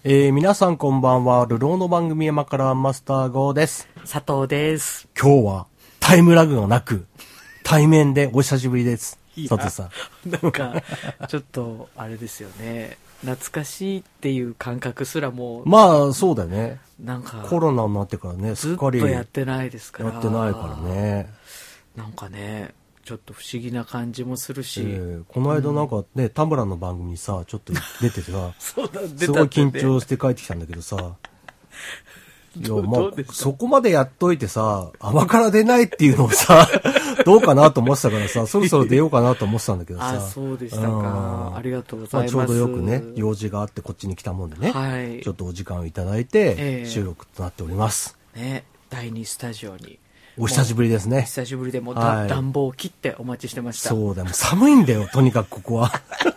皆さんこんばんは。流浪の番組山からマスター号です。 佐藤です。 今日はタイムラグがなく、対面でお久しぶりです。佐藤さん。なんか、ちょっと、あれですよね。懐かしいっていう感覚すらもう。 まあ、そうだよね。 なんか、 コロナになってからね、 すっかり。ずっとやってないですから。 やってないからね。 なんかね、ちょっと不思議な感じもするし。 この間なんかね、田村の番組にさ、ちょっと出ててさ、 そうだ、 すごい緊張して帰ってきたんだけどさ、いや、まあ、そこまでやっといてさ、甘辛出ないっていうのをさ、どうかなと思ってたからさ、そろそろ出ようかなと思ってたんだけどさ。 あ、そうでしたか。ありがとうございます。 ちょうどよくね、用事があってこっちに来たもんでね、はい、ちょっとお時間をいただいて、収録となっております。 ね、第2スタジオに。 お久しぶりですね。 久しぶりでもう、はい、暖房を切ってお待ちしてました。 そうだよ、もう寒いんだよ、とにかくここは。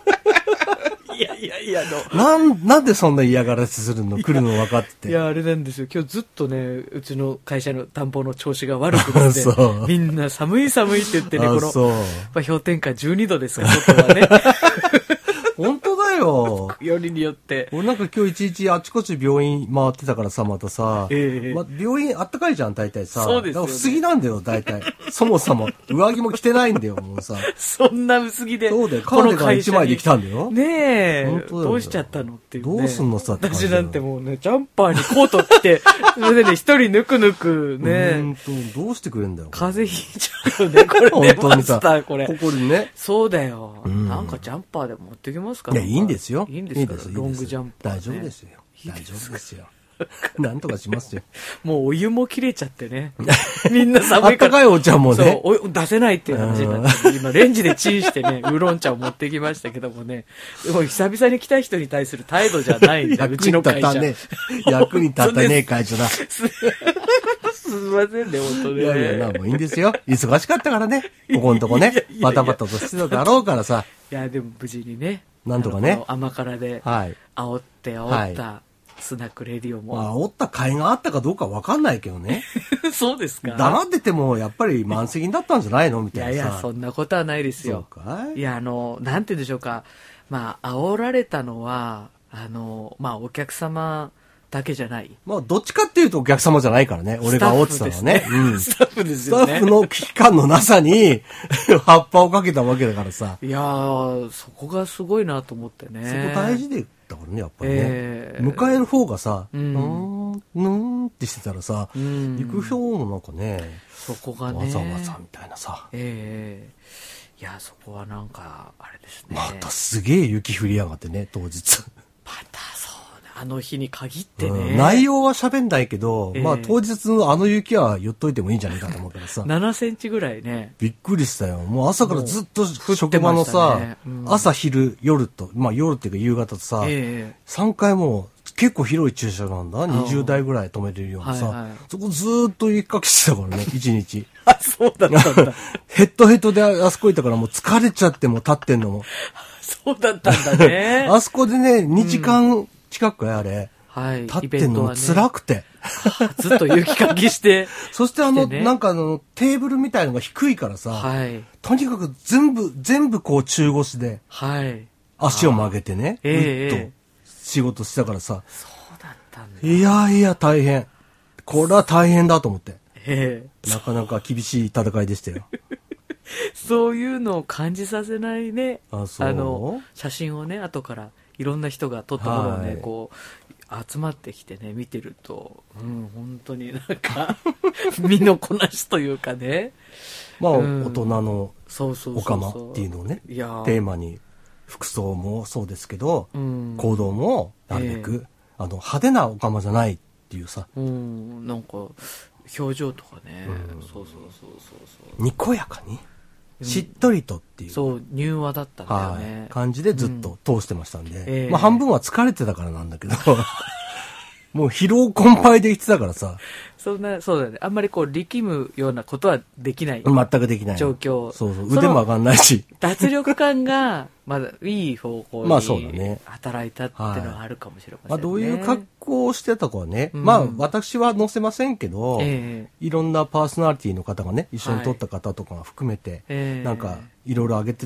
いやなんでそんな嫌がらせするの？来るの分かってて。 いや、あれなんですよ。今日ずっとね、うちの会社の暖房の調子が悪くなって、みんな寒いって言ってね、この、氷点下12度ですか、外はね。 本当だよ。 よりによって。 俺なんか今日一日あちこち病院回ってたからさ、またさ。病院あったかいじゃん、大体さ。 そうですよ、ね。 だから薄着なんだよ、大体。そもそも。上着も着てないんだよ、もうさ。 そんな薄着で。 そうだよ、カーディガン1枚で来たんだよ。 ねえ。本当だよ。どうしちゃったのっていう、ね。 どうすんのさ、 私なんてもうね、ジャンパーにコート着て、それでね、一人ぬくぬくね。 どうしてくれんだよ。 風邪ひいちゃうよね、これね。 本当にさ、 これ。 ここにね。 そうだよ。なんかジャンパーで持ってきますか？ いや、いいんですよ。 いいんですか？ロングジャンプ。 大丈夫ですよ。大丈夫ですよ。なんとかしますよ。 もうお湯も切れちゃってね。みんな寒いから。 あったかいお茶もね。 そう、出せないっていう話になって、今レンジでチンしてね、ウーロン茶を持ってきましたけどもね。でも久々に来た人に対する態度じゃないんだ、うちの会社。 役に立たねえ会社だ。 すみませんね、本当に。 いや、もういいんですよ。忙しかったからね。ここのとこね。バタバタとしてただろうからさ。 いや、でも無事にね。 なんとかね。 甘辛で、煽った、スナックレディオも。 煽った甲斐があったかどうかわかんないけどね。 そうですか？ 黙ってても、やっぱり満席だったんじゃないのみたいなさ。 いや、そんなことはないですよ。 そうかい？ いや、なんて言うんでしょうか。まあ、煽られたのは、お客様だけじゃない。 まあ、どっちかっていうとお客様じゃないからね。俺が煽ってたのはね。 スタッフですよね。 スタッフの危機感のなさに、葉っぱをかけたわけだからさ。 いやー、そこがすごいなと思ってね。 そこ大事でだからね、やっぱりね。迎える方がさ、ってしてたらさ、行く方もなんかね、 そこがね、 わざわざみたいなさ。 いや、そこはなんか、あれですね。 またすげえ雪降りやがってね、当日。 またそうね、あの日に限ってね。 内容は喋んないけど、まあ当日のあの雪は言っといてもいいんじゃないかと思うからさ。 7センチぐらいね。 びっくりしたよ。もう朝からずっと職場のさ、朝昼夜と、まあ夜っていうか夕方とさ、3回も結構広い駐車なんだ。20台ぐらい止めれるようなさ、そこずーっと雪かきしてたからね、1日。 あ、そうだったんだ。 ヘッドヘッドであそこいたからもう疲れちゃっても立ってんのも。 そうだったんだね。 あそこでね、2時間近くあれ。立ってんのも辛くて。 ずっと雪かきして。 そしてなんかテーブルみたいのが低いからさ、とにかく全部こう中腰で、足を曲げてね、ぐっと仕事したからさ。 そうだったんだ。 いや、大変。これは大変だと思って。なかなか厳しい戦いでしたよ。 そういうのを感じさせないね。 そう写真をね、後からいろんな人が撮ったものをね、こう、集まってきてね、見てると、本当になんか、身のこなしというかね。 まあ、大人のおかまっていうのをね、テーマに、服装もそうですけど、行動もなるべく、派手なおかまじゃないっていうさ。 なんか、表情とかね、そう。 にこやかに、しっとりとっていう。 そう、柔和だったんだよね。 感じでずっと通してましたんで。まあ半分は疲れてたからなんだけど、もう疲労困憊で言ってたからさ。 そうだね。あんまりこう力むようなことはできない。 全くできない。 状況。 そう。腕も上がんないし。 脱力感が、まだいい方向に働いたっていうのはあるかもしれませんね。 どういう格好をしてたかはね、まあ私は載せませんけど、いろんなパーソナリティの方がね、一緒に撮った方とかが含めて、なんかいろいろ上げてた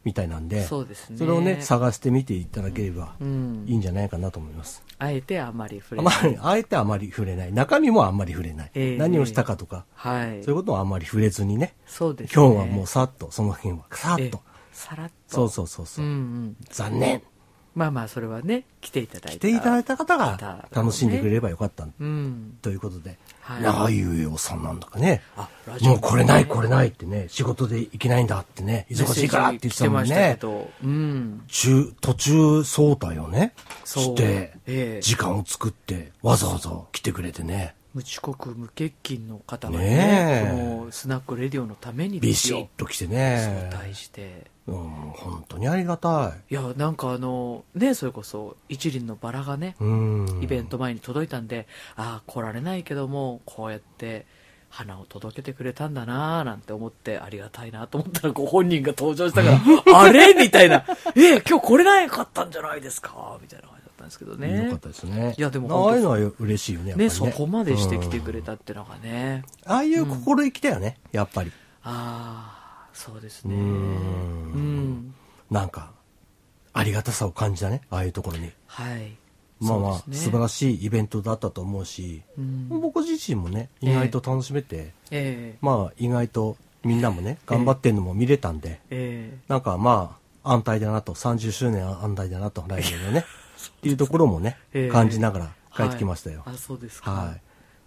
みたいなんで、 そうですね。 それをね、探してみていただければいいんじゃないかなと思います。 あえてあまり触れない。 あえてあまり触れない。中身もあんまり触れない。何をしたかとか、はい、そういうことをあんまり触れずにね。 そうですね。 今日はもうさっと、その辺はさっと。 さらっと。 そう。残念。 まあまあ、それはね、来ていただいた方が楽しんでくれればよかった、ということで。ああいうえおさんなんだかね。もうこれないってね、仕事で行けないんだってね、忙しいからって言ってたもんね。途中早退をね、して、時間を作って、わざわざ来てくれてね。 無遅刻無欠勤の方がね、このスナックレディオのためにビシッと来てね、 招待して、 本当にありがたい。いや、なんかね、それこそ一輪のバラがね、イベント前に届いたんで、来られないけども、こうやって花を届けてくれたんだなーなんて思って、ありがたいなと思ったら、ご本人が登場したから、あれみたいな、今日来れなかったんじゃないですかみたいな。ですけどね。 よかったですね。 いやでもああいうのは嬉しいよね。 ね、そこまでしてきてくれたってのがね。 ああいう心意気だよね、やっぱり。 そうですね。 なんかありがたさを感じたね、ああいうところに。 はい。 まあ素晴らしいイベントだったと思うし、僕自身もね意外と楽しめて、まあ意外とみんなもね頑張ってんのも見れたんで、なんかまあ安泰だなと、30周年安泰だなと、来年のね。っていうところもね、感じながら帰ってきましたよ。 そうですか。 はい。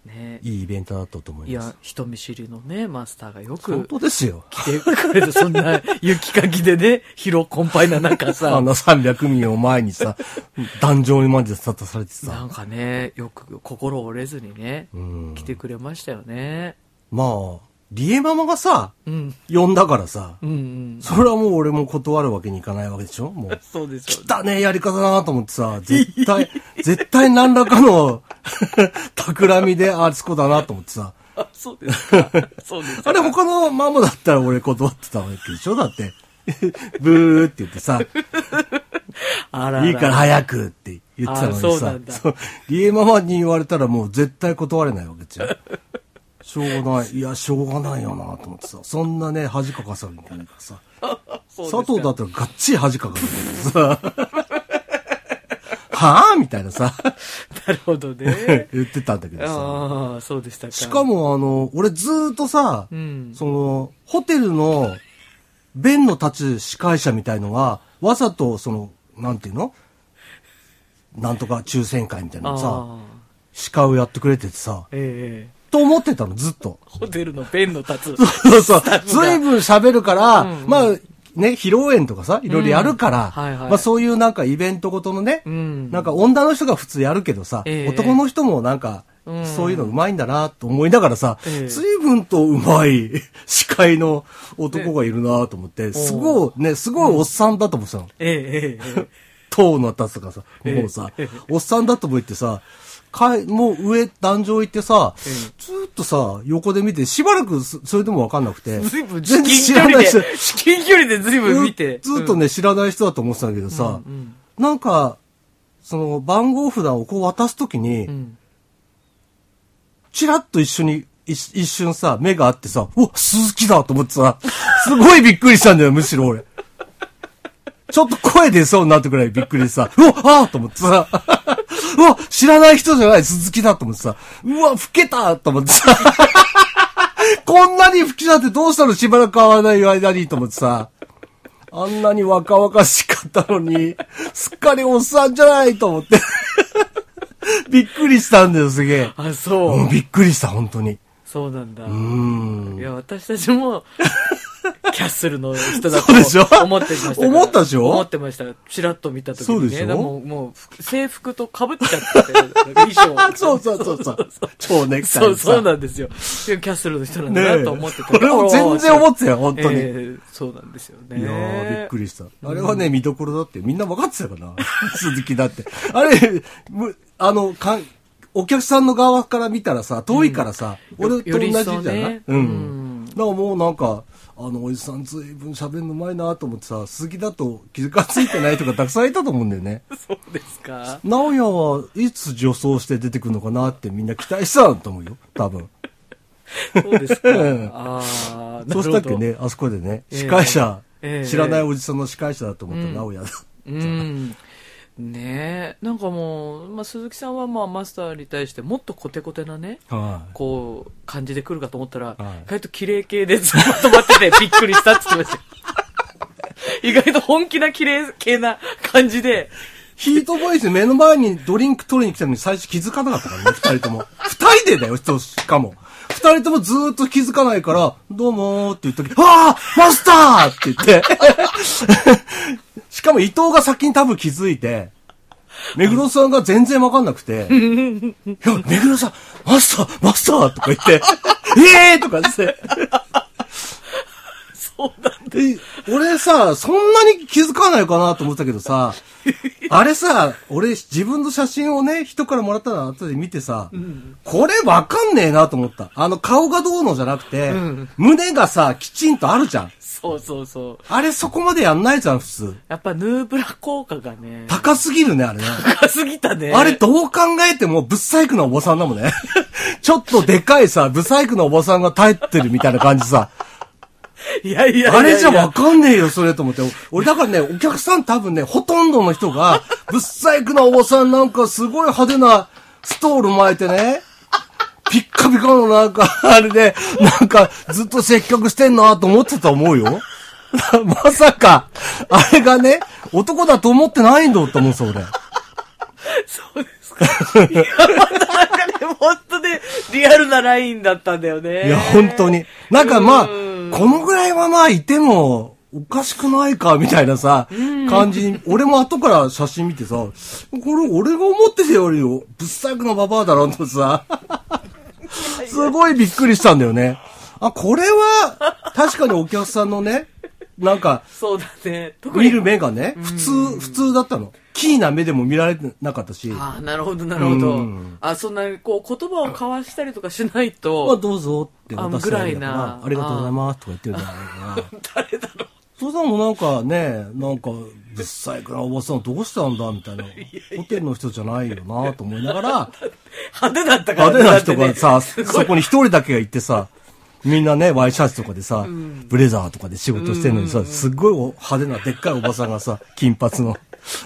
ね、いいイベントだったと思います。 いや、人見知りのね、マスターがよく。 本当ですよ。 来てくれる、そんな雪かきでね、疲労困憊な中さ。 300人を前にさ、壇上にまで立たされてさ。 なんかね、よく心折れずにね、来てくれましたよね。 まあ、リエママがさ、呼んだからさ、それはもう俺も断るわけにいかないわけでしょ。もう、 そうですよ。 汚ねえやり方だなと思ってさ、絶対何らかの企みであそこだなと思ってさ。 そうですか。そうですか。 あれ他のママだったら俺断ってたわけでしょだって。ブーって言ってさ、いいから早くって言ってたのにさ、リエママに言われたらもう絶対断れないわけですよ。しょうがない。いや、しょうがないよなと思ってさ。そんなね、恥かかされるんじゃないからさ。佐藤だったらがっちり恥かかされるけどさ。はぁみたいなさ。 なるほどね。 言ってたんだけどさ。 そうでしたか。 しかも俺ずーっとさ、ホテルの弁の立つ司会者みたいのが、わざとなんていうのなんとか抽選会みたいなのさ、司会をやってくれててさ、と思ってたの、ずっと。 ホテルの弁の立つ。 そう。ずいぶん喋るから、まあ、ね、披露宴とかさ、いろいろやるから、まあそういうなんかイベントごとのね、なんか女の人が普通やるけどさ、男の人もなんか、そういうのうまいんだなと思いながらさ、ずいぶんとうまい司会の男がいるなと思って、すごいおっさんだと思ってたの。塔の立つとかさ、もうさ、おっさんだと思ってさ、もう壇上行ってさ、ずーっとさ、横で見て、しばらくそれでもわかんなくて。 ずいぶん至近距離でずいぶん見て。 ずーっとね、知らない人だと思ってたんだけどさ、なんか、番号札をこう渡すときに、チラッと一瞬さ、目があってさ、うわ、鈴木だと思ってさ、すごいびっくりしたんだよ、むしろ俺。ちょっと声出そうになってくらいびっくりでさ、うわ、と思ってさ、うわ、知らない人じゃない、鈴木だと思ってさ、うわ、老けたと思ってさ、こんなに老けたってどうしたのしばらく会わない間にと思ってさ、あんなに若々しかったのに、すっかりおっさんじゃないと思って。びっくりしたんだよ、すげえ。 そう。 びっくりした、本当に。 そうなんだ。いや、私たちも、キャッスルの人だと思ってました。 思ったでしょ？ 思ってました。チラッと見たときにね。 そうでしょ？ もう、制服と被っちゃって、衣装。 そう。超ネクタイ。 そうなんですよ。キャッスルの人なんだなと思ってた。 俺も全然思ってたよ、本当に。 そうなんですよね。 いやー、びっくりした。あれはね、見どころだってみんな分かってたかな。鈴木だって。あれ、お客さんの側から見たらさ、遠いからさ、俺と同じじゃない？だからもうなんか、おじさんずいぶん喋るのうまいなと思ってさ、鈴木だと気がついてないとかたくさんいたと思うんだよね。 そうですか。 直哉はいつ女装して出てくるのかなってみんな期待したと思うよ、多分。 そうですか。 そうしたっけね、あそこでね、司会者、 知らないおじさんの司会者だと思ったら直哉だ。 ねえ、なんかもう、鈴木さんはマスターに対してもっとコテコテなね、こう、感じで来るかと思ったら、意外と綺麗系でずっとまっててびっくりしたって言ってました。意外と本気な綺麗系な感じで。 ヒートボイス目の前にドリンク取りに来たのに最初気づかなかったからね、二人とも。二人でだよ、しかも。二人ともずーっと気づかないから、どうもーって言った時、あーマスターって言って。しかも伊藤が先に多分気づいて、目黒さんが全然わかんなくて、いや、目黒さん、マスターとか言って、とか言って。 そうなんだ。 俺さ、そんなに気づかないかなと思ったけどさ、あれさ、俺自分の写真をね、人からもらったの後で見てさ、これわかんねえなと思った。顔がどうのじゃなくて、胸がさ、きちんとあるじゃん。 そうそうそう。 あれそこまでやんないじゃん、普通。 やっぱヌーブラ効果がね。 高すぎるね、あれね。 高すぎたね。 あれどう考えても、ブッサイクなおばさんだもんね。ちょっとでかいさ、ブサイクなおばさんが耐えてるみたいな感じさ。 いやいやあれじゃわかんねえよ、それと思って。俺だからね、お客さん多分ね、ほとんどの人が、ブッサイクなおばさんなんかすごい派手なストール巻いてね、ピッカピカのなんか、あれで、なんかずっと接客してんなと思ってたと思うよ。まさか、あれがね、男だと思ってないんだと思うんですよ、俺。 そうですか。いや、なんかね、本当ね、リアルなラインだったんだよね。 いや、本当に。なんかこのぐらいはいても、おかしくないか、みたいなさ、感じに、俺も後から写真見てさ、これ俺が思ってたよりよ、ぶっさいくのババアだろ、とさ、すごいびっくりしたんだよね。これは、確かにお客さんのね、なんか、 そうだね。 見る目がね、普通だったの。キーな目でも見られてなかったし。 なるほど、なるほど。そんな、こう、言葉を交わしたりとかしないと。 どうぞって渡したらいいから、ありがとうございますとか言ってるんだから。 誰だろう。 そうさんもなんかね、ぶっさいくなおばさんどうしたんだみたいな。ホテルの人じゃないよなと思いながら。 派手だったからね。派手な人がさ、そこに一人だけが行ってさ、みんなね、ワイシャツとかでさ、ブレザーとかで仕事してるのにさ、すっごい派手なでっかいおばさんがさ、金髪の。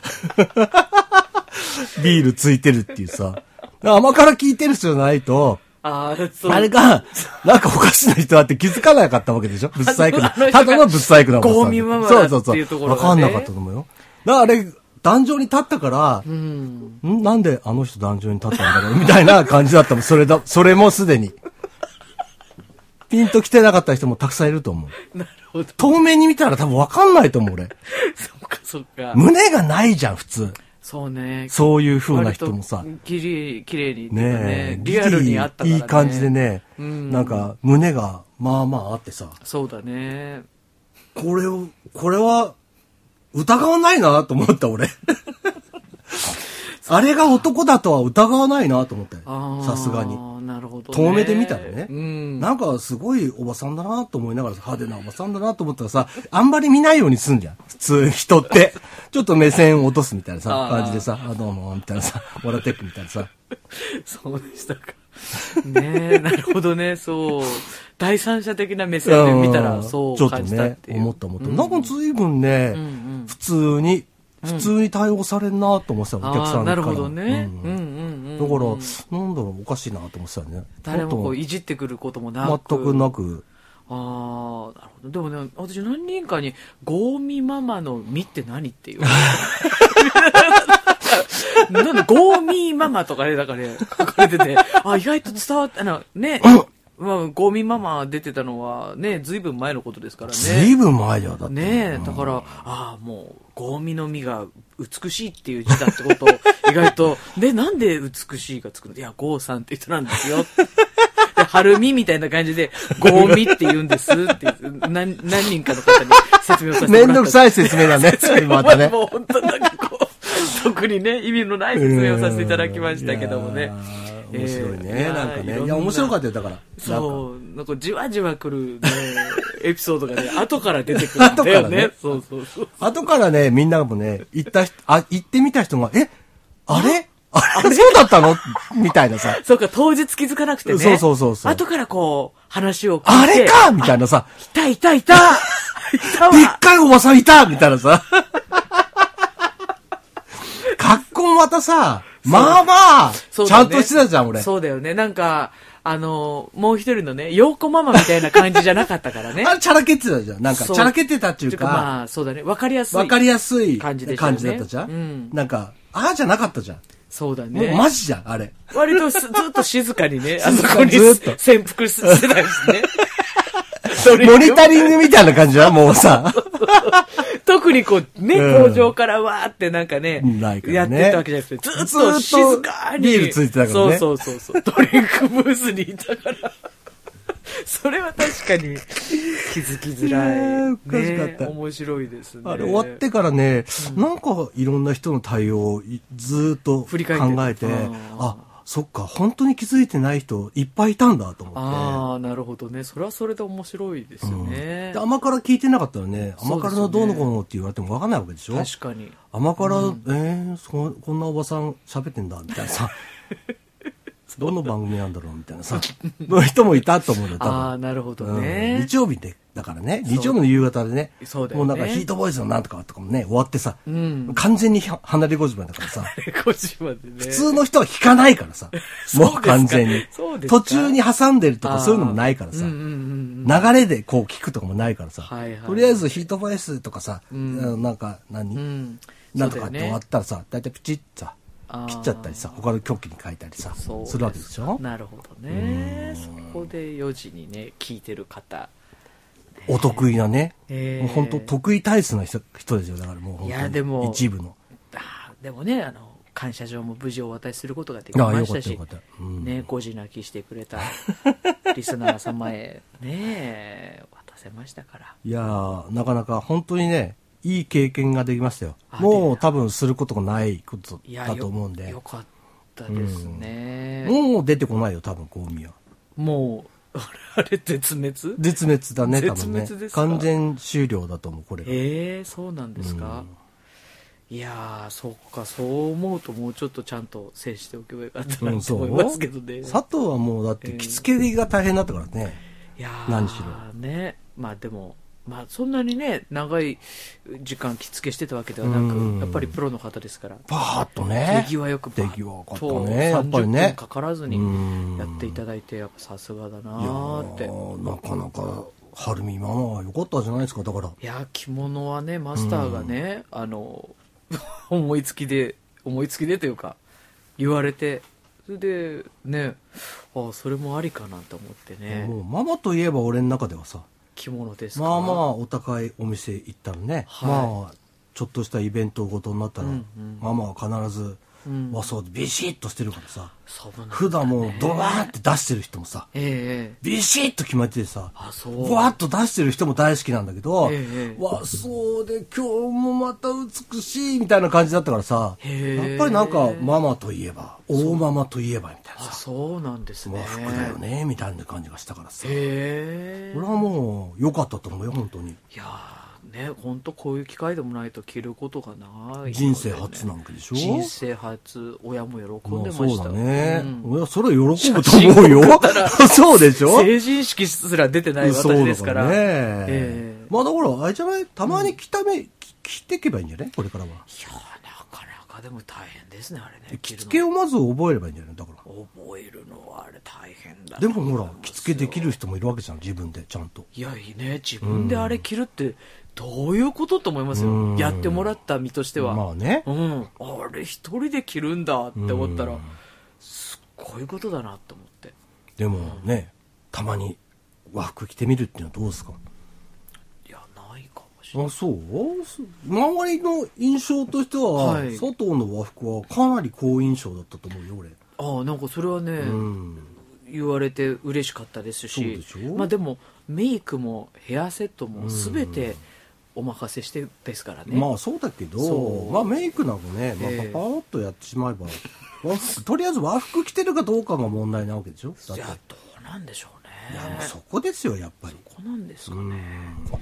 ビールついてるっていうさ、甘辛聞いてる人じゃないと、あれが、なんかおかしな人だって気づかなかったわけでしょ、ブッサイクな。ただのブッサイクなおばさん。 ゴミママだっていうところわかんなかったと思うよ。だからあれ、壇上に立ったから、なんであの人壇上に立ったんだろうみたいな感じだったもん。それもすでに。ピンと来てなかった人もたくさんいると思う。 なるほど。 遠目に見たら多分わかんないと思う、俺。 そっかそっか。 胸がないじゃん、普通。 そうね。 そういう風な人もさ。 綺麗にねリアルにあったからね。 いい感じでね、なんか胸がまあまああってさ。 そうだね。 これは疑わないなと思った俺。あれが男だとは疑わないなと思って。さすがに。 なるほど、 遠目で見たらね。なんかすごいおばさんだなと思いながら派手なおばさんだなと思ったらさ、あんまり見ないようにすんじゃん。普通人って。ちょっと目線を落とすみたいなさ、感じでさ、どうも、みたいなさ、モラテックみたいなさ。 そうでしたか。ねえ、なるほどね、そう。第三者的な目線で見たら、そう感じたっていう。 ちょっとね、思った。なんか随分ね、普通に対応されんなと思ってた、お客さんから。 なるほどね。 だから、なんだろう、おかしいなと思ってたね。 誰もこういじってくることもなく。 全くなく。 なるほど。でもね、私何人かに、ゴーミママのミって何っていう。なんで、ゴーミーママとかね、だからね、書かれてて、意外と伝わった、ね、ゴーミーママ出てたのはね、ずいぶん前のことですからね。 ずいぶん前だよ、だって。 ねだから、もう、ゴーミの実が美しいっていう字だってことを、意外と、で、なんで美しいがつくの？いや、ゴーさんって人なんですよ。で、はるみみたいな感じで、ゴーミって言うんですって、何人かの方に説明をさせてもらった。 めんどくさい説明だね。またね。 もう本当なんかこう、特にね、意味のない説明をさせていただきましたけどもね。 面白いね、なんかね。いや、面白かったよ、だから。 そう、なんかじわじわ来るね、エピソードがね、後から出てくるんだよね。そう。 後からね、みんなもね、行ってみた人が、あれあれそうだったのみたいなさ。 そうか、当日気づかなくてね。 そう。 後からこう、話を聞いて。 あれかみたいなさ。 いたいたわ。 でっかいおばさんいたみたいなさ。格好またさ、まあまあ、ちゃんとしてたじゃん、俺。 そうだよね。なんか、もう一人のね、陽子ママみたいな感じじゃなかったからね。 あれ、チャラけてたじゃん。なんか、チャラけてたっていうか。 まあ、そうだね。わかりやすい。感じでしたね。 感じだったじゃん。なんか、ああじゃなかったじゃん。 そうだね。 もうマジじゃん、あれ。 割とずっと静かにね、あそこに潜伏してたしね。 モニタリングみたいな感じはもうさ。 特にこう、ね、工場からわーってなんかね、やってたわけじゃなくて、ずっと静かに。 ビールついてたからね。 そう。ドリンクブースにいたから。それは確かに気づきづらい。 おかしかった。 面白いですね。 あれ終わってからね、なんかいろんな人の対応をずっと考えて、あ、そっか、本当に気づいてない人いっぱいいたんだと思って。 ああ、なるほどね。それはそれで面白いですよね。 甘辛聞いてなかったらね、甘辛のどうのこうのって言われても分かんないわけでしょ。 確かに。 甘辛、こんなおばさん喋ってんだ、みたいなさ。どの番組なんだろうみたいなさ、の人もいたと思うよ、多分。 ああ、なるほどね。 日曜日で、だからね、日曜日の夕方でね、 そうだよね。 もうなんかヒートボーイズのなんとかとかもね、終わってさ、完全に離れ小島だからさ、 小島でね。 普通の人は弾かないからさ、もう完全に。途中に挟んでるとかそういうのもないからさ、流れでこう聞くとかもないからさ、とりあえずヒートボーイズとかさ、なんかなんとかって終わったらさ、だいたいプチッさ、切っちゃったりさ、他の曲に書いたりさ、するわけでしょ。 なるほどね。そこで4時にね、聞いてる方。 お得意なね。本当得意体質の人ですよ。だからもう本当に一部の。 でもね、感謝状も無事お渡しすることができましたし、ね、ご自泣きしてくれたリスナー様へね、渡せましたから。 いやー、なかなか本当にね、いい経験ができましたよ。もう多分することがないことだと思うんで。 よかったですね。 もう出てこないよ、多分、コウミは。 もう、あれ絶滅だね、多分ね。完全終了だと思う、これ。 そうなんですか。いやー、そっか、そう思うともうちょっとちゃんと制しておけばよかったなと思いますけどね。 佐藤はもうだって着付けが大変だったからね。 いやー、何しろ。 ね、まあでも、まあそんなにね、長い時間着付けしてたわけではなく、やっぱりプロの方ですから。 パーッとね。 手際よくパーッと 30 分かからずにやっていただいて、やっぱさすがだなーって。 なかなか、はるみママは良かったじゃないですか、だから。 いや、着物はね、マスターがね、思いつきでというか、言われて、それでね、それもありかなと思ってね。 もうママといえば俺の中ではさ、 着物ですか。 まあまあお高いお店行ったらね、まあちょっとしたイベントごとになったら、ママは必ず和装でビシッとしてるからさ、普段もうドワーって出してる人もさ、ビシッと決まっててさ、ブワッと出してる人も大好きなんだけど、和装で今日もまた美しいみたいな感じだったからさ、やっぱりなんかママといえば、大ママといえばみたいなさ、 そうなんですね。 和服だよねみたいな感じがしたからさ、俺はもう良かったと思うよ、本当に。いやね、本当こういう機会でもないと着ることがない、ね、 人生初なわけでしょ。 人生初、親も喜んでました。 そうだね、親それは喜ぶと思うよ。そうでしょ。 成人式すら出てない私ですから。 まあだからあれじゃない、たまに着ていけばいいんじゃない、これからは。いやなかなかでも大変ですね、あれね。 着付けをまず覚えればいいんじゃない、だから。 覚えるのはあれ大変だ。 でもほら、着付けできる人もいるわけじゃん、自分でちゃんと。 いやいいね、自分であれ着るって、どういうことと思いますよ。やってもらった身としては。 まあね。 あれ一人で着るんだって思ったら、すっごいことだなって思って。 でもね、たまに和服着てみるっていうのはどうですか。 いや、ないかもしれない。 そう周りの印象としては、佐藤の和服はかなり好印象だったと思うよ、俺。 なんかそれはね、言われて嬉しかったですし、まあでもメイクもヘアセットも全てお任せしてですからね。 まあそうだけど、まあメイクなんかね、パパーッとやってしまえば、とりあえず和服着てるかどうかが問題なわけでしょ。 いや、どうなんでしょうね。 いや、もうそこですよ、やっぱり。 そこなんですかね。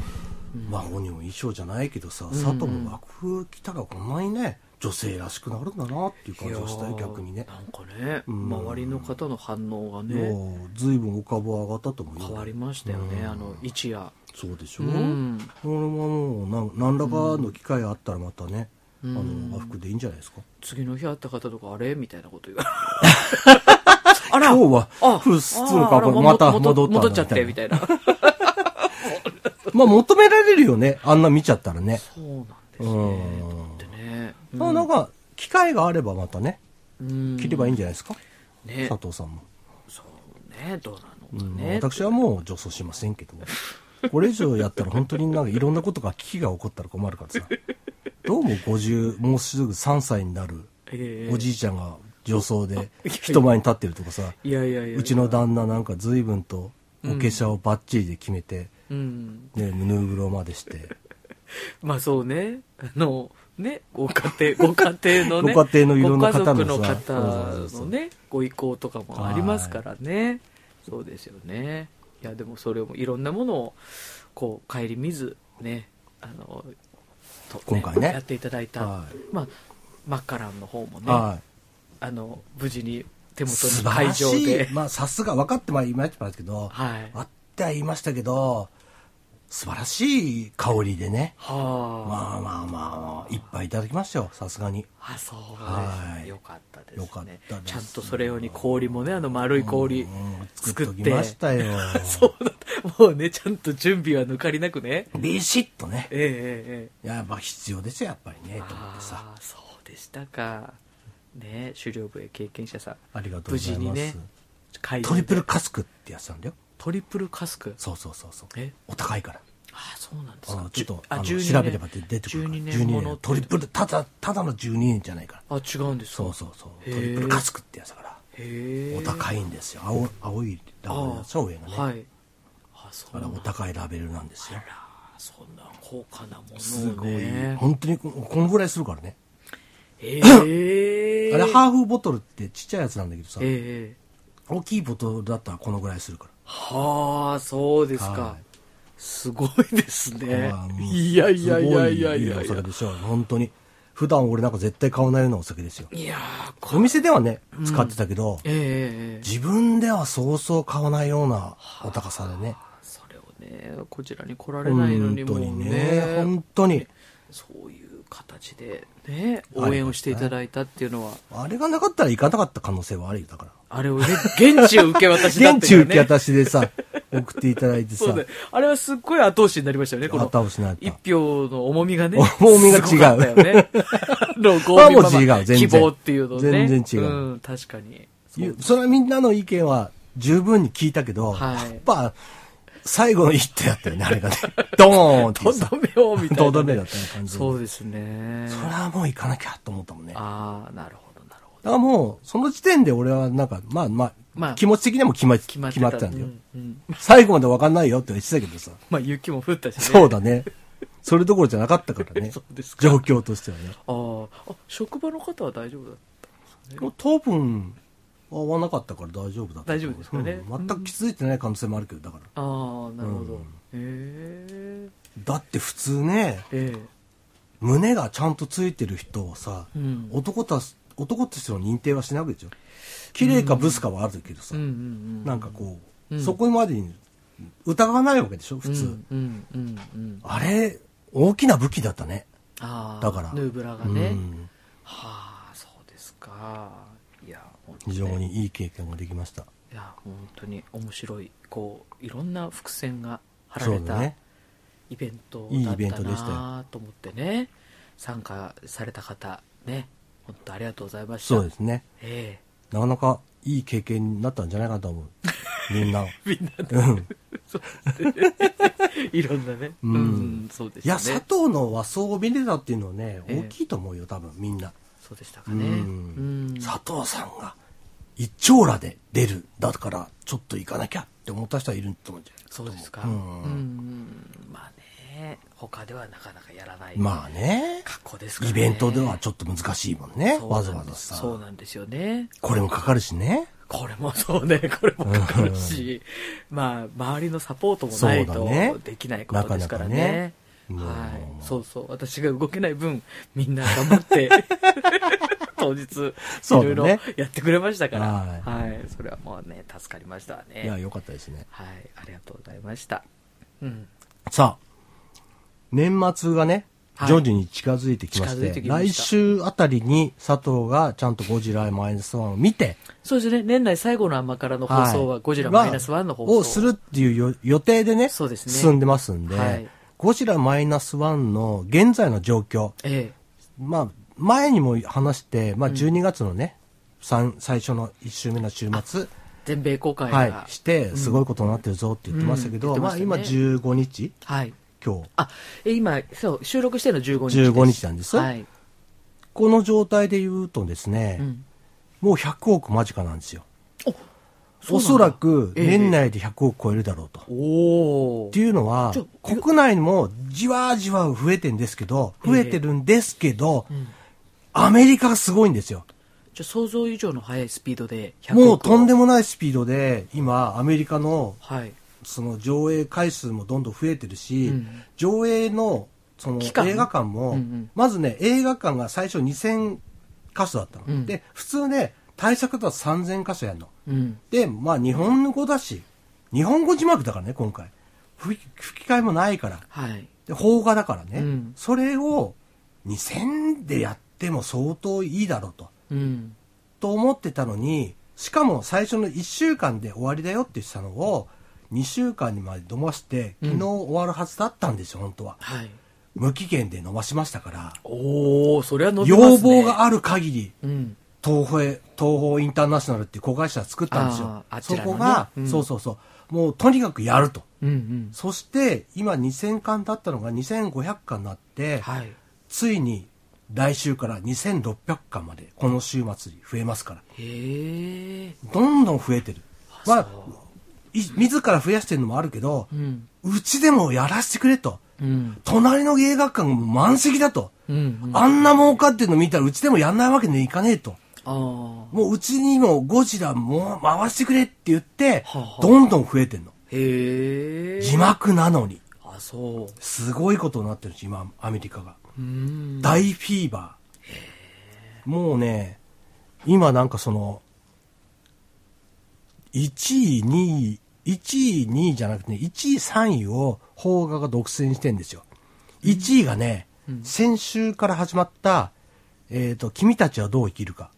まあ本人も衣装じゃないけどさ、佐藤も和服着たらこんなにね女性らしくなるんだなっていう感じがしたよ、逆にね。 なんかね、周りの方の反応がね、 ずいぶんお株上がったと思うよ。 変わりましたよね、一夜。 そうでしょ。俺ももう何らかの機会があったらまたね、和服でいいんじゃないですか。 次の日会った方とかあれみたいなこと言わあら今日は普通の格好また戻っちゃってみたいな。 まあ求められるよね、あんな見ちゃったらね。 そうなんですね。だってね。 なんか機会があればまたね着ればいいんじゃないですか、ね、佐藤さんも。 そうね、どうなのかね。 私はもう女装しませんけども、これ以上やったら本当になんかいろんなことが危機が起こったら困るからさ。どうももうすぐ3歳になるおじいちゃんが女装で人前に立ってるとかさ、うちの旦那なんか随分とお化粧をバッチリで決めて、ね、ヌーブロまでして。 まあそうね、ね、ご家庭のね、 ご家庭のいろんな方のね、ご意向とかもありますからね。そうですよね。いやでもそれもいろんなものをこう顧みずね、 今回ねやっていただいた、まあマッカランの方もね、無事に手元に会場で、 まあさすが分かって言いましたけど、あっては言いましたけど。素晴らしい香りでね。まあいっぱいいただきましたよ、さすがに。 そうですね。よかったですね。よかったです。ちゃんとそれ用に氷もね、丸い氷作って。 作っときましたよ。 そうだ。もうね、ちゃんと準備は抜かりなくね。 ビシッとね。やっぱ必要ですよ、やっぱりね、と思ってさ。 そうでしたか。ね、狩猟部へ経験者さん。 ありがとうございます。無事にね、トリプルカスクってやつなんだよ。 トリプルカスク。 そう。お高いから。 そうなんですか。 ちょっと調べれば出てくるから。12年トリプルただの12年じゃないから。 違うんですか。 そうトリプルカスクってやつだから。お高いんですよ。青いラベルの上がね。 はい。 だからお高いラベルなんですよ。 そんな高価なものをね。 すごい。本当にこのぐらいするからね。あれハーフボトルってちっちゃいやつなんだけどさ。大きいボトルだったらこのぐらいするから。 そうですか。すごいですね。いや。 それでしょ、本当に。普段俺なんか絶対買わないようなお酒ですよ。お店ではね、使ってたけど、自分ではそうそう買わないようなお高さでね。 それをね、こちらに来られないのにもね。 本当に。 そういう形でね、応援をしていただいたっていうのは。 あれがなかったら行かなかった可能性はあるよ、だから。 あれを現地受け渡しだってね。 現地受け渡しでさ、送っていただいてさ。 あれはすっごい後押しになりましたよね、この。 後押しになった。 一票の重みがね。 重みが違う。 よね。 もう違う、全然。 希望っていうのね。 全然違う。 確かに。 それはみんなの意見は十分に聞いたけど、やっぱ、最後の一手だったよね、あれがね。ドーンって。 とどめようみたいな。 とどめだった感じ。 そうですね。 それはもう行かなきゃと思ったもんね。 なるほど。 だからもう、その時点で俺はなんか、まあ、気持ち的にも決まってたんだよ。最後まで分かんないよって言ってたけどさ。 まあ雪も降ったしね。 そうだね。それどころじゃなかったからね。そうですか。状況としてはね。 職場の方は大丈夫だったんですね。 多分、合わなかったから大丈夫だった。 大丈夫ですかね。 全く気づいてない可能性もあるけど、だから。 なるほど。 だって普通ね、胸がちゃんとついてる人をさ、男としての認定はしないわけでしょ。綺麗かブスかはあるけどさ、なんかこう、そこまでに疑わないわけでしょ、普通。あれ、大きな武器だったね。だから。 ヌーブラがね。そうですか。いや、 非常にいい経験ができました。 いや、本当に面白い、いろんな伏線が張られたイベントだったなと思ってね、参加された方ね、本当ありがとうございました。 そうですね。なかなかいい経験になったんじゃないかなと思う。みんな。 みんなで。いろんなね。そうですね。 いや、佐藤の和装を見れたっていうのはね、大きいと思うよ、多分みんな。 そうでしたかね。 佐藤さんが一丁羅で出る。だから、ちょっと行かなきゃって思った人はいると思うんじゃない。 そうですか。まあね、他ではなかなかやらない。 まあね。 格好ですからね。 イベントではちょっと難しいもんね。わざわざさ。 そうなんですよね。 これもかかるしね。 これもそうね、これもかかるし、まあ、周りのサポートもないとできないことですからね。 はい、そうそう、私が動けない分みんな頑張って当日いろいろやってくれましたから、はい、それはもうね助かりましたわね。 いや良かったですね。 はい、ありがとうございました。 さあ年末がね徐々に近づいてきまして、来週あたりに佐藤がちゃんとゴジラマイナスワンを見て、 そうですね、年内最後の甘辛の放送はゴジラマイナスワンの放送をするっていう予定でね、 そうですね、 進んでますんで、ゴジラマイナスワンの現在の状況、まあ前にも話して、まあ12月のね、最初の1週目の週末全米公開してすごいことになってるぞって言ってましたけど、まあ今15日、今日今そう収録してるの15日 15日なんです、この状態で言うとですね、もう100億間近なんですよ。おそらく年内で100億超えるだろうと。っていうのは国内にもじわじわ増えてるんですけど、アメリカがすごいんですよ。 じゃ想像以上の速いスピードで 100億もうとんでもないスピードで今アメリカのその上映回数もどんどん増えてるし、上映のその映画館も、まずね映画館が最初2000箇所だったの、で普通ね対策だと3000箇所やるの、でまあ日本語だし日本語字幕だからね今回吹き替えもないから、で邦画だからね、それを2000でやっても相当いいだろうと、と思ってたのに、しかも最初の1週間で終わりだよって言ってたのを2週間にまで伸ばして昨日終わるはずだったんですよ本当は、無期限で伸ばしましたから。 それは伸びますね。 要望がある限り、東宝インターナショナルっていう子会社作ったんですよ。そこが、もうとにかくやると、そして今2000巻だったのが2500巻になって、ついに来週から2600巻までこの週末に増えますから。どんどん増えてる。まあ自ら増やしてるのもあるけど、うちでもやらせてくれと、隣の映画館も満席だと、あんな儲かってるの見たらうちでもやんないわけにはいかねえと、もううちにもゴジラも回してくれって言って、どんどん増えてるの。字幕なのに。すごいことになってるし今アメリカが大フィーバー。もうね今なんかその1位2位じゃなくて、ね、1位3位を邦画が独占してんですよ。1位がね、先週から始まった君たちはどう生きるか。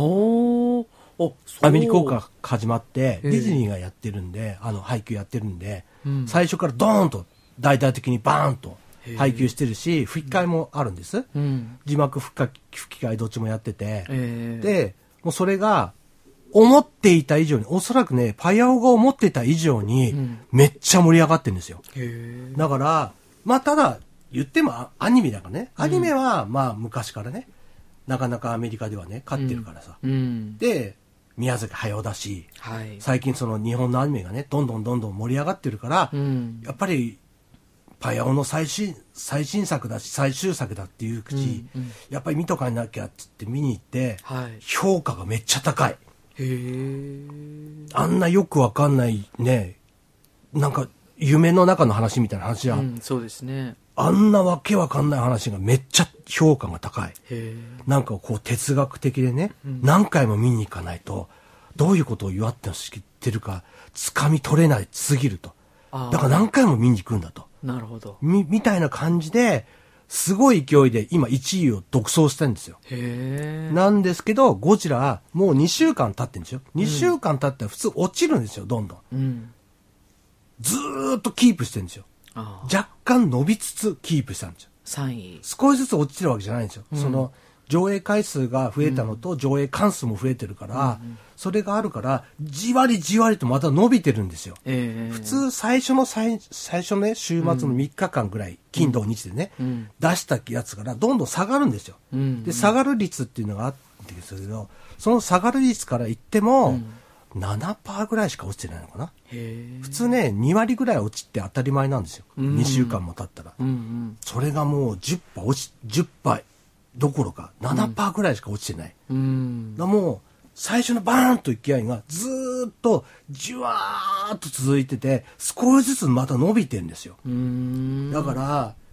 アメリカが始まってディズニーがやってるんで、配給やってるんで、最初からドーンと大々的にバーンと配給してるし、吹き替えもあるんです、字幕吹き替えどっちもやってて、でもうそれが思っていた以上に、おそらくねパヤオが思っていた以上にめっちゃ盛り上がってるんですよ。だからまあただ言ってもアニメだからね、アニメはまあ昔からねなかなかアメリカではね勝ってるからさ、で宮崎駿だし、最近その日本のアニメがねどんどん盛り上がってるから、やっぱりパヤオの最新作だし最終作だっていう口、やっぱり見とかなきゃって言って見に行って、評価がめっちゃ高い。あんなよくわかんないね、なんか夢の中の話みたいな話じゃん、 そうですね。 あんなわけわかんない話がめっちゃ評価が高い。なんかこう哲学的でね、何回も見に行かないとどういうことを言わってってるか掴み取れないすぎると、だから何回も見に行くんだと。 なるほど。 みたいな感じですごい勢いで今1位を独走してるんですよ。なんですけどゴジラもう2週間経ってるんですよ。2週間経ったら普通落ちるんですよ、どんどん、ずーっとキープしてるんですよ。若干伸びつつキープしたんですよ。 3位少しずつ落ちてるわけじゃないんですよ、その上映回数が増えたのと上映関数も増えてるから、それがあるからじわりじわりとまた伸びてるんですよ。普通最初のね週末の3日間ぐらい、金土日でね、出したやつからどんどん下がるんですよ。で下がる率っていうのがあってるんですけど、その下がる率から言っても、7% ぐらいしか落ちてないのかな。普通ね2割ぐらい落ちて当たり前なんですよ、2週間も経ったら、それがもう 10% どころか 7% ぐらいしか落ちてない、だもう最初のバーンと勢いがずーっとじわーっと続いてて少しずつまた伸びてるんですよ。だから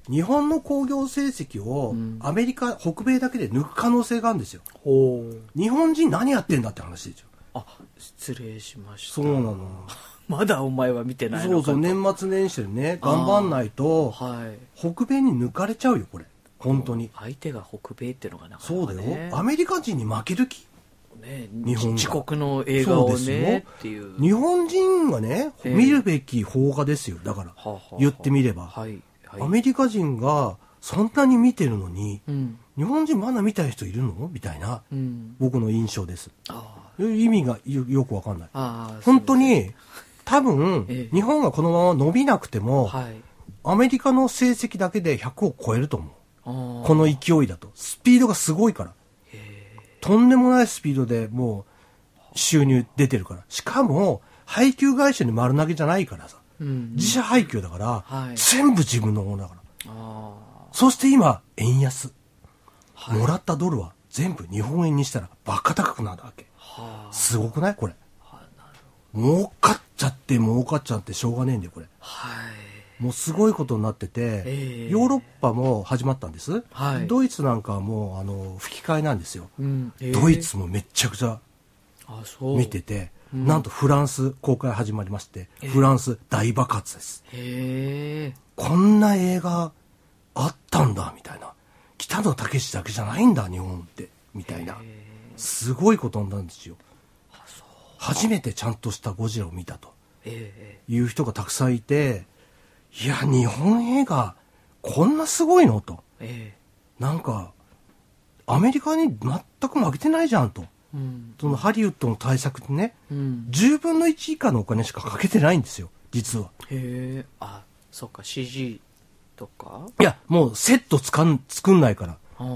日本の興行成績をアメリカ、北米だけで抜く可能性があるんですよ。日本人何やってんだって話ですよ。 あ、失礼しました。 そうなの。 まだお前は見てないのかと。 そうそう、年末年始でね、頑張んないと、北米に抜かれちゃうよ、これ。本当に。 相手が北米っていうのがなかなか、 ね、そうだよ。アメリカ人に負ける気、 ね、日本自国の映画をねっていう。 日本人がね、見るべき邦画ですよ。だから、言ってみれば。アメリカ人がそんなに見てるのに、日本人まだ見たい人いるのみたいな、僕の印象です。意味が よくわかんない。本当に、多分、日本がこのまま伸びなくても、アメリカの成績だけで100を超えると思う。この勢いだと。スピードがすごいから。とんでもないスピードでもう収入出てるから。しかも、配給会社に丸投げじゃないからさ。自社配給だから、全部自分のものだから。そして今、円安。もらったドルは全部日本円にしたらバカ高くなるわけ。すごくないこれ。儲かっちゃってしょうがねえんだよ、これ。もうすごいことになってて、ヨーロッパも始まったんです。ドイツなんかはもう吹き替えなんですよ。ドイツもめっちゃくちゃ見てて、なんとフランス公開始まりまして、フランス大爆発です。こんな映画あったんだみたいな。北野武だけじゃないんだ日本ってみたいな。すごいことなんですよ。初めてちゃんとしたゴジラを見たという人がたくさんいて、いや日本映画こんなすごいのと、なんかアメリカに全く負けてないじゃんと、そのハリウッドの対策ってね、10分の1以下のお金しかかけてないんですよ実は。 あ、そっか CG とか。 いやもうセット作んないから。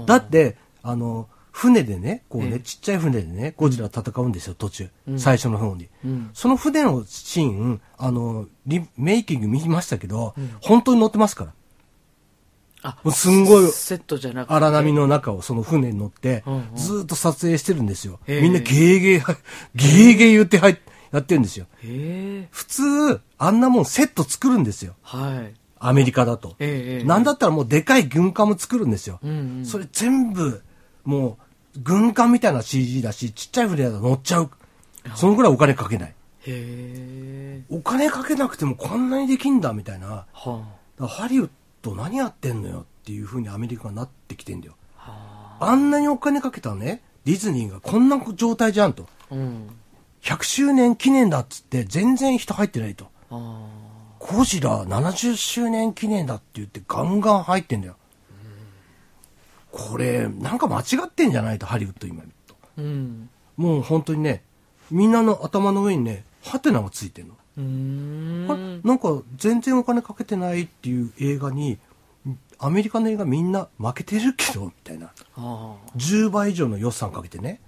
だって船でね、こうね、ちっちゃい船でね、ゴジラ戦うんですよ、途中。最初の方に。その船のシーン、メイキング見ましたけど、本当に乗ってますから。もうすんごい、 セットじゃなくて荒波の中をその船に乗って、ずーっと撮影してるんですよ。みんなゲーゲー言ってやってるんですよ。普通、あんなもんセット作るんですよ。アメリカだと。なんだったらもうでかい軍艦も作るんですよ。それ全部、もう、軍艦みたいな CG だし、ちっちゃい船だと乗っちゃう。そのぐらいお金かけない。お金かけなくてもこんなにできんだ、みたいな。ハリウッド何やってんのよっていう風にアメリカがなってきてんだよ。あんなにお金かけたね、ディズニーがこんな状態じゃんと。100周年記念だっつって全然人入ってないと。ゴジラ70周年記念だって言ってガンガン入ってんだよ。これなんか間違ってんじゃないと、ハリウッド今見ると、もう本当にね、みんなの頭の上にねハテナがついてるの。なんか全然お金かけてないっていう映画にアメリカの映画みんな負けてるけどみたいな。10倍以上の予算かけてね、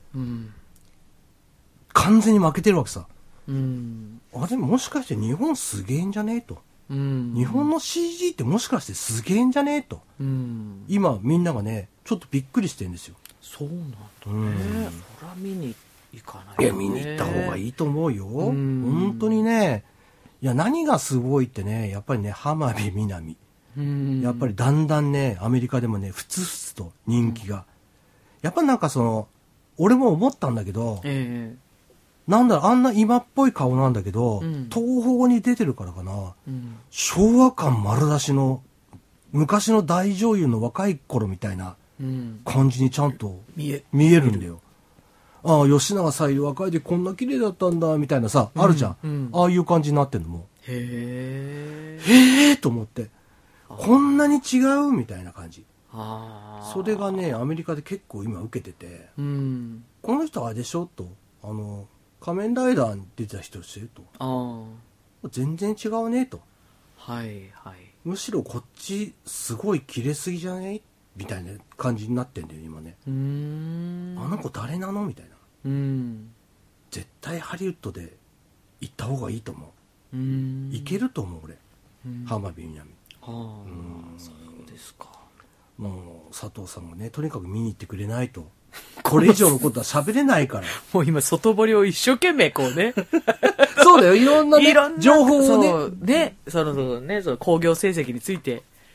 完全に負けてるわけさ。あれもしかして日本すげえんじゃねえと。日本の CG ってもしかしてすげえんじゃねえと、今みんながねちょっとびっくりしてるんですよ。 そうなんだね。それは見に行かないとね。 いや見に行った方がいいと思うよ。本当にね。いや何がすごいってね、やっぱりね浜辺美波、やっぱりだんだんねアメリカでもねふつふつと人気が、やっぱなんかその俺も思ったんだけど、なんだろう、あんな今っぽい顔なんだけど、東宝に出てるからかな、昭和感丸出しの昔の大女優の若い頃みたいな感じにちゃんと見えるんだよ。ああ吉永小百合若いでこんな綺麗だったんだみたいなさ、あるじゃん、ああいう感じになってんのも。へえと思って、こんなに違うみたいな感じ。それがねアメリカで結構今受けてて、この人あれでしょと、仮面ライダーに出てた人ですよと。全然違うねと。むしろこっちすごい綺麗すぎじゃねみたいな感じになってんだよ今ね。あの子誰なのみたいな。絶対ハリウッドで行った方がいいと思う。行けると思う俺。浜辺美波。 そうですか。 もう佐藤さんがねとにかく見に行ってくれないとこれ以上のことは喋れないから。 もう今外堀を一生懸命こうね。 そうだよ、いろんな、ね、情報をね。 その興行成績について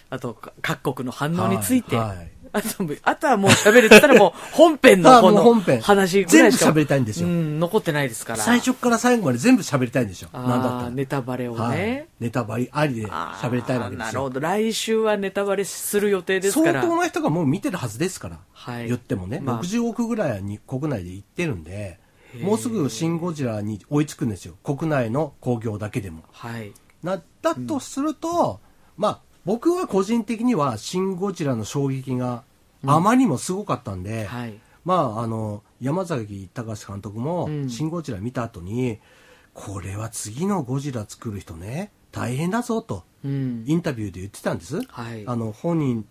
あと各国の反応について、 はいはい、 あとはもう喋れてたらもう本編のこの話ぐらいしか全部喋りたいんですよ、 残ってないですから。 最初から最後まで全部喋りたいんですよ。なんだったらネタバレをね、はい、 ネタバレありで喋りたいわけですよ。 なるほど。来週はネタバレする予定ですから。 相当な人がもう見てるはずですから、 はい、 言ってもね、60億ぐらいは国内で行ってるんで、もうすぐシン・ゴジラに追いつくんですよ、国内の興行だけでも。 はい、 だとすると、僕は個人的にはシン・ゴジラの衝撃があまりにもすごかったんで、 はい、 山崎隆監督もシン・ゴジラ見た後に、これは次のゴジラ作る人ね大変だぞと、インタビューで言ってたんです、 はい、 本人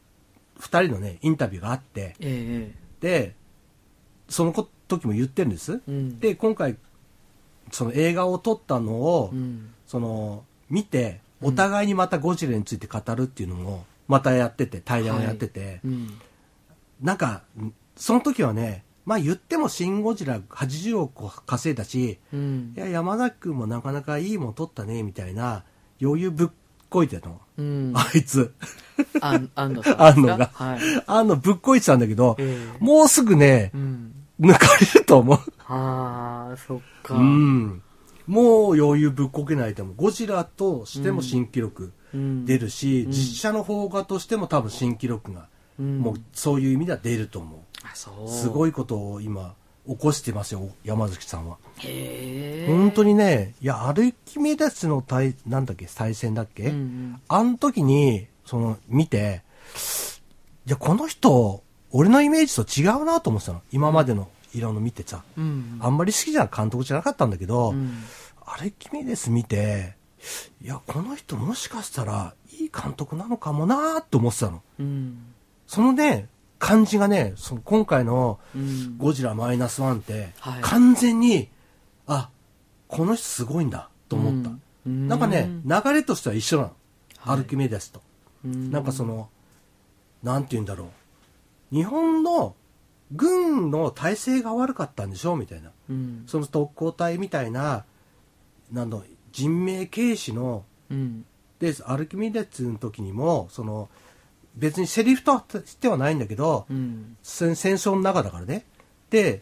2人のねインタビューがあって、でその時も言ってるんです、で今回その映画を撮ったのを、その見てお互いにまたゴジラについて語るっていうのもまたやってて、対談をやってて、なんかその時はね、言ってもシン・ゴジラ80億稼いだし、いや山崎君もなかなかいいもん撮ったねみたいな余裕ぶっこいてたの、あいつ安野が、はい、安野ぶっこいてたんだけど、もうすぐね、抜かれると思う。 そっか。 もう余裕ぶっこけないと思う。ゴジラとしても新記録出るし、実写の邦画としても多分新記録が、もうそういう意味では出ると思う。すごいことを今起こしてますよ、山崎さんは。本当にね、いやアルキメデスのなんだっけ再戦だっけ、あの時に見て、いやこの人俺のイメージと違うなと思ってたの、今までの色の見てさ、あんまり好きじゃ監督じゃなかったんだけど、アルキメデス見て、いやこの人もしかしたらいい監督なのかもなと思ってたの、そのね感じがね、今回のゴジラマイナスワンって完全に、この人すごいんだと思った、なんかね流れとしては一緒なの、アルキメデスと。なんかなんて言うんだろう、日本の軍の体制が悪かったんでしょみたいな、その特攻隊みたいな人命軽視の、でアルキメデスの時にも別にセリフとしてはないんだけど、戦争の中だからね。で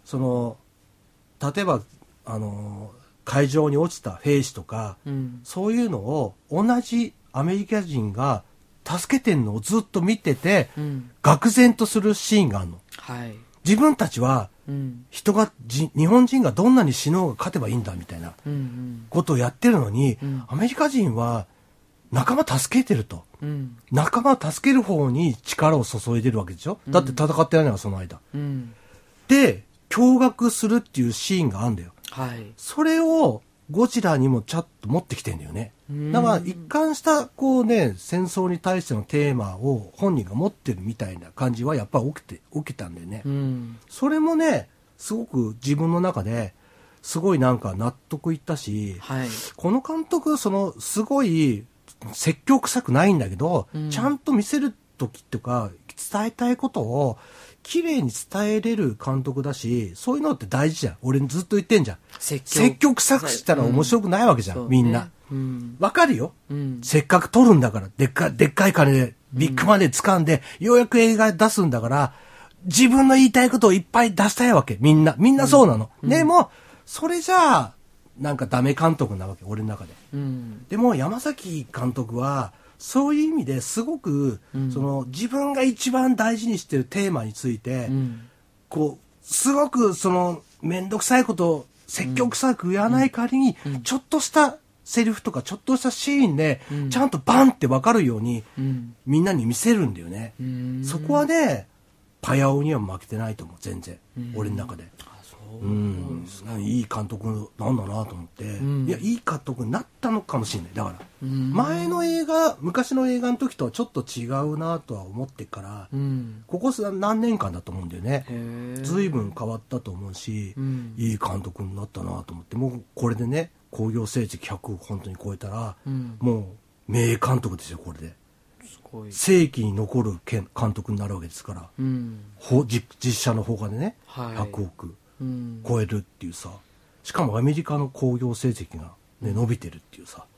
例えば海上に落ちた兵士とか、そういうのを同じアメリカ人が助けてんのをずっと見てて、愕然とするシーンがあるの、自分たちは、日本人がどんなに死のうが勝てばいいんだみたいなことをやってるのに、アメリカ人は仲間助けてると、仲間を助ける方に力を注いでるわけでしょ、だって戦ってないのはその間、で驚愕するっていうシーンがあるんだよ、それをゴジラにもちゃんと持ってきてんだよね。だから一貫した戦争に対してのテーマを本人が持ってるみたいな感じはやっぱり起きたんだよね、それもねすごく自分の中ですごいなんか納得いったし、この監督すごい説教臭くないんだけど、ちゃんと見せる時とか伝えたいことを綺麗に伝えれる監督だし、そういうのって大事じゃん。俺ずっと言ってんじゃん。説教臭くしたら面白くないわけじゃん、みんな。わかるよ、せっかく撮るんだから、でっかい金でビッグマネー掴んで、ようやく映画出すんだから、自分の言いたいことをいっぱい出したいわけ。みんなそうなの。でもそれじゃあなんかダメ監督なわけ、俺の中で。でも山崎監督はそういう意味ですごく、自分が一番大事にしてるテーマについて、すごく面倒くさいことを説教臭く言わない代わりに、ちょっとしたセリフとかちょっとしたシーンで、ちゃんとバンって分かるように、みんなに見せるんだよね。そこはねパヤオには負けてないと思う、全然、俺の中で。いい監督なんだなと思って、いやいい監督になったのかもしれない。だから前の昔の映画の時とはちょっと違うなとは思ってから、ここ何年間だと思うんだよね。随分変わったと思うし、いい監督になったなと思って、もうこれでね興行成績100を本当に超えたら、もう名監督ですよ。これで世紀に残る監督になるわけですから、実写の邦画でね、100億超えるっていうさ、しかもアメリカの興行成績が、伸びてるっていうさ、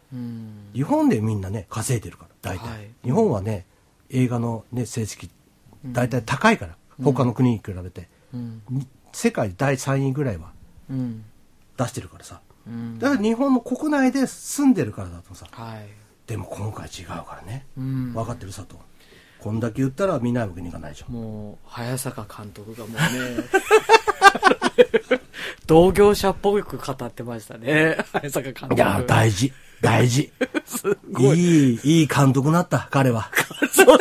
日本でみんなね稼いでるから大体、はい、日本はね映画の、ね、成績大体高いから、他の国に比べて、世界第3位ぐらいは出してるからさ、だから日本の国内で住んでるからだとさ、はい、でも今回違うからね、分かってる佐藤、こんだけ言ったら見ないわけにいかないじゃん。もう早坂監督がもうね同業者っぽく語ってましたね、早坂監督。 いや大事すごいいい監督になった彼はそう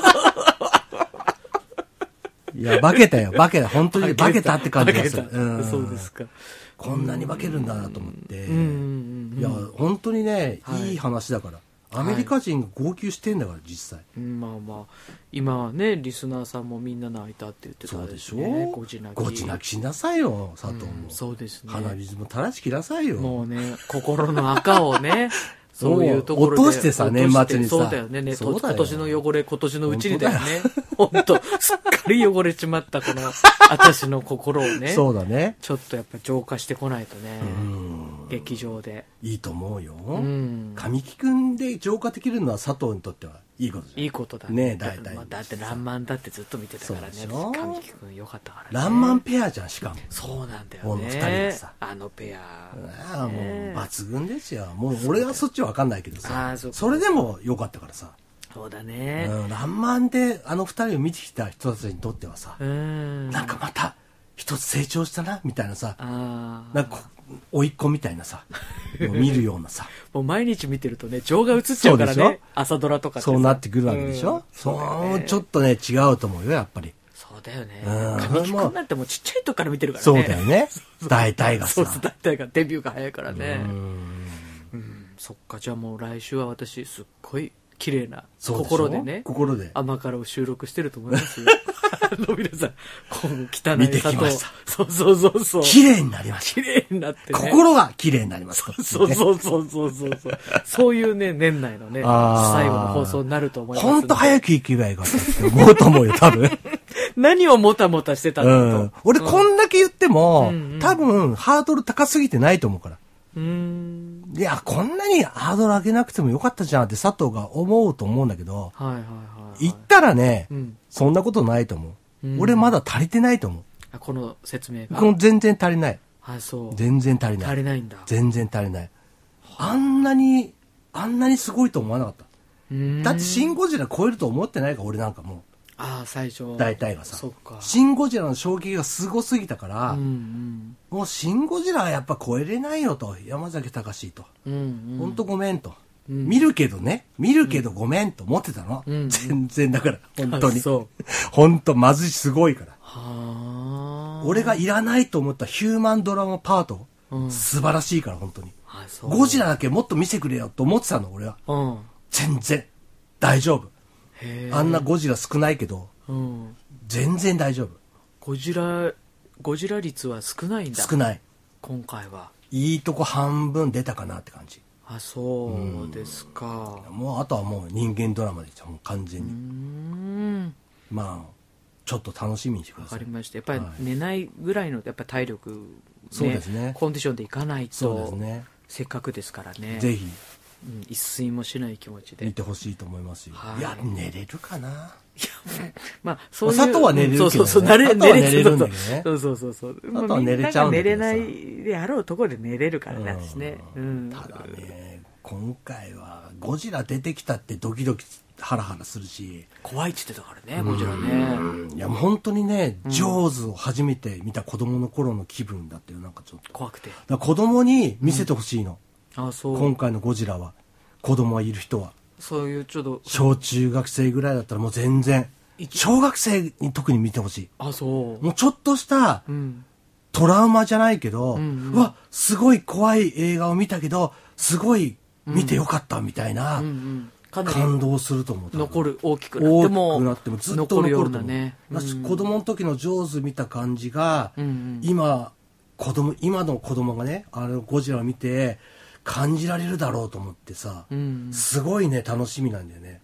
いや化けた本当に化けたって感じがする。 そうですか。 こんなに化けるんだなと思って、いや本当にね、いい話だから、アメリカ人が号泣してんだから実際、 まあまあ今はねリスナーさんもみんな泣いたって言ってたでしょ。ゴジ泣きしなさいよ佐藤も、 そうですね。 鼻水も垂らしきなさいよ。 もうね心の赤をねそういうところで落としてさ、年末にさ。 そうだよね。今年の汚れ、今年のうちにだよね。本当すっかり汚れちまったこの、私の心をね。 そうだね。 ちょっとやっぱ浄化してこないとね。劇場で。 いいと思うよ。神木くんで浄化できるのは佐藤にとってはいいことじゃん。 いいことだね。大体。 だってランマンだってずっと見てたからね。神木くんよかったからね。 ランマンペアじゃん、しかも。 そうなんだよね。 この二人がさ。 あのペア。 もう抜群ですよ。もう俺はそっちは分かんないけどさ。それでもよかったからさ。 そうだね。 ランマンであの二人を見てきた人たちにとってはさ、なんかまた一つ成長したなみたいなさ、なんか甥っ子みたいなさ、見るようなさ。 もう毎日見てるとね、情が映っちゃうからね。朝ドラとかってそうなってくるわけでしょ。そうちょっとね違うと思うよやっぱり。 そうだよね。神木君なんてもうちっちゃい時から見てるからね。 そうだよね。大体がさ。 そう大体がデビューが早いからね。そっか、じゃあもう来週は私すっごい綺麗な心でね、甘辛を収録してると思いますよ。皆さん、この汚い見てきました。 そう。 綺麗になりました。 綺麗になってね。 心が綺麗になります。 そう。そういうね、年内のね、最後の放送になると思います。 ほんと早く行けばいいかって思うと思うよ、多分。 何をもたもたしてたんだと。 俺こんだけ言っても、多分ハードル高すぎてないと思うから。いや、こんなにハードル上げなくてもよかったじゃんって佐藤が思うと思うんだけど、言ったらね、そんなことないと思う。俺まだ足りてないと思う。 この説明が。 全然足りない。 そう。 全然足りない。 足りないんだ。 全然足りない。あんなにすごいと思わなかった。だってシン・ゴジラ超えると思ってないから、俺なんかもう。 最初。 大体がさ。シン・ゴジラの衝撃がすごすぎたから、もうシン・ゴジラはやっぱ超えれないよと。山崎隆と。ほんとごめんと。見るけどごめんと思ってたの。全然だから、本当に。本当まずい、すごいから。俺がいらないと思ったヒューマンドラマパート、素晴らしいから、本当に。ゴジラだけもっと見せてくれよと思ってたの、俺は。全然。大丈夫。あんなゴジラ少ないけど、全然大丈夫。 ゴジラ率は少ないんだ。 少ない。 今回は。 いいとこ半分出たかなって感じ。 そうですか。 もうあとはもう人間ドラマですよ、もう完全に。まあちょっと楽しみにしてください。 わかりました。やっぱり寝ないぐらいのやっぱ体力、 そうですね。 コンディションでいかないと、せっかくですからね。 ぜひ。 一睡もしない気持ちで見てほしいと思いますよ。いや、寝れるかな。いや、 まあ、そういう。 佐藤は寝れるけどね。 そう、寝れるんだけどね。そう。 佐藤は寝れちゃうんだけどさ。 寝れないであろうところで寝れるからなんですね。 ただね、今回はゴジラ出てきたってドキドキハラハラするし。 怖いって言ってたからね、ゴジラね。 いや、もう本当にね、ジョーズを初めて見た子供の頃の気分だっていう、なんかちょっと。 怖くて。 子供に見せてほしいの。 そう。 今回のゴジラは。子供がいる人は。 そういうちょっと。 小中学生ぐらいだったらもう全然。小学生に特に見てほしい。 そう。 もうちょっとした、トラウマじゃないけど、うわ、すごい怖い映画を見たけど、すごい見てよかったみたいな、感動すると思う。 残る、大きくなってもずっと残ると思う。子供の時のジョーズ見た感じが、今の子供がね、ゴジラを見て感じられるだろうと思ってさ、すごいね、楽しみなんだよね。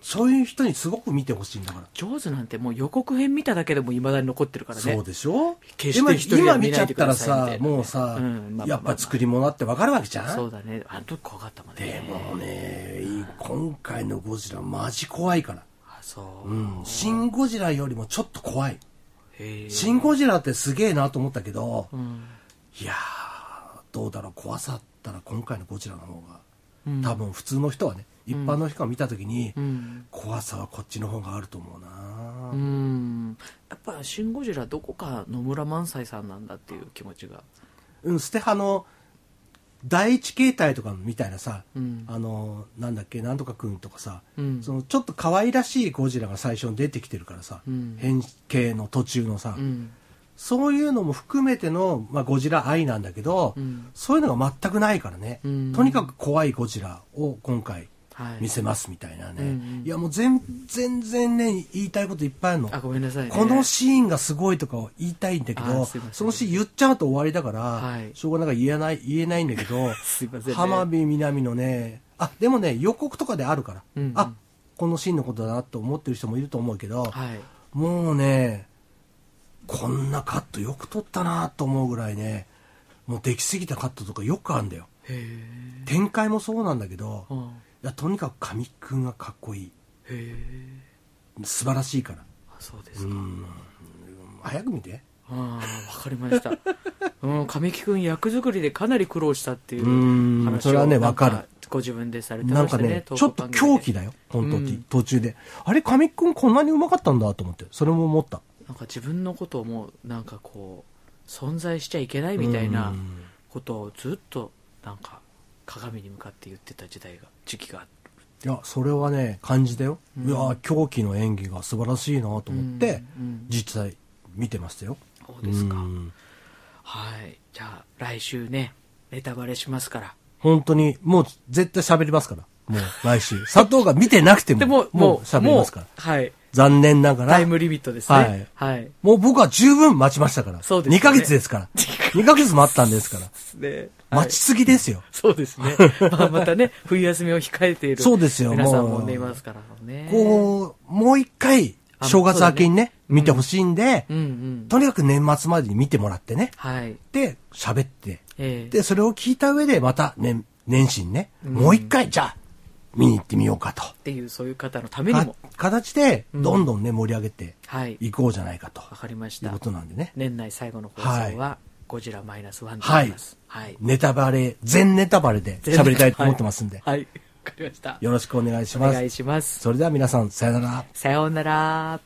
そういう人にすごく見てほしいんだから。 ジョーズなんてもう予告編見ただけでも未だに残ってるからね。 そうでしょ。 決して一人で見ないでください今見ちゃったらさ、もうさ、やっぱ作り物ってわかるわけじゃん。 そうだね。あの時怖かったもんね。 でもね、今回のゴジラマジ怖いから。 あ、そう。 シン・ゴジラよりもちょっと怖い。シン・ゴジラってすげえなと思ったけど、いやー、どうだろう、怖さったら今回のゴジラの方が、多分普通の人はね、一般の人が見た時に、怖さはこっちの方があると思うな。 やっぱシン・ゴジラどこか野村萬斎さんなんだっていう気持ちが。 ステハの第一形態とかみたいなさ、なんだっけ、なんとかくんとかさ、そのちょっと可愛らしいゴジラが最初に出てきてるからさ、変形の途中のさ、そういうのも含めての、ゴジラ愛なんだけど、そういうのが全くないからね、とにかく怖いゴジラを今回見せますみたいなね、いやもう全然ね言いたいこといっぱいあるの。 ごめんなさいね。 このシーンがすごいとかを言いたいんだけど、そのシーン言っちゃうと終わりだから、しょうがないから言えないんだけどすいませんね、 浜辺美波のね、でもね予告とかであるから、このシーンのことだなと思ってる人もいると思うけど、もうねこんなカットよく撮ったなと思うぐらいね、もうできすぎたカットとかよくあるんだよ。展開もそうなんだけど、いやとにかく神木君がかっこいい。素晴らしいから。 そうですか。 早く見て。 わかりました。神木君役作りでかなり苦労したっていう話をそれはね分かる。 ご自分でされてましたね。なんかねちょっと狂気だよ本当に、途中であれ神木君こんなにうまかったんだと思って、それも思った。 なんか自分のことをもうなんかこう存在しちゃいけないみたいなことをずっとなんか鏡に向かって言ってた時期がある。 いやそれはね感じだよ、いや狂気の演技が素晴らしいなと思って、実際見てましたよ。 そうですか。はい、じゃあ来週ねネタバレしますから、 本当にもう絶対喋りますから、もう来週佐藤が見てなくてももう喋りますから。 はい、 残念ながらタイムリミットですね。 はい。もう僕は十分待ちましたから。 そうですね。 2ヶ月ですから。2ヶ月待ったんですから。 ね、 待ちすぎですよ。 そうですね。またね、冬休みを控えている。 そうですよ。 皆さんもね、いますからね。 こう、もう一回、正月明けにね、見てほしいんで、とにかく年末までに見てもらってね。で、喋って、で、それを聞いた上でまた、年始にね、もう一回、じゃあ、見に行ってみようかと。 っていう、そういう方のためにも。 形で、どんどんね、盛り上げていこうじゃないかと。 わかりました。 いうことなんでね。 年内最後の放送は、ゴジラ-1でございます。 はい。ネタバレ、全ネタバレで喋りたいと思ってますんで。 はい。わかりました。 よろしくお願いします。 お願いします。 それでは皆さん、さよなら。 さようなら。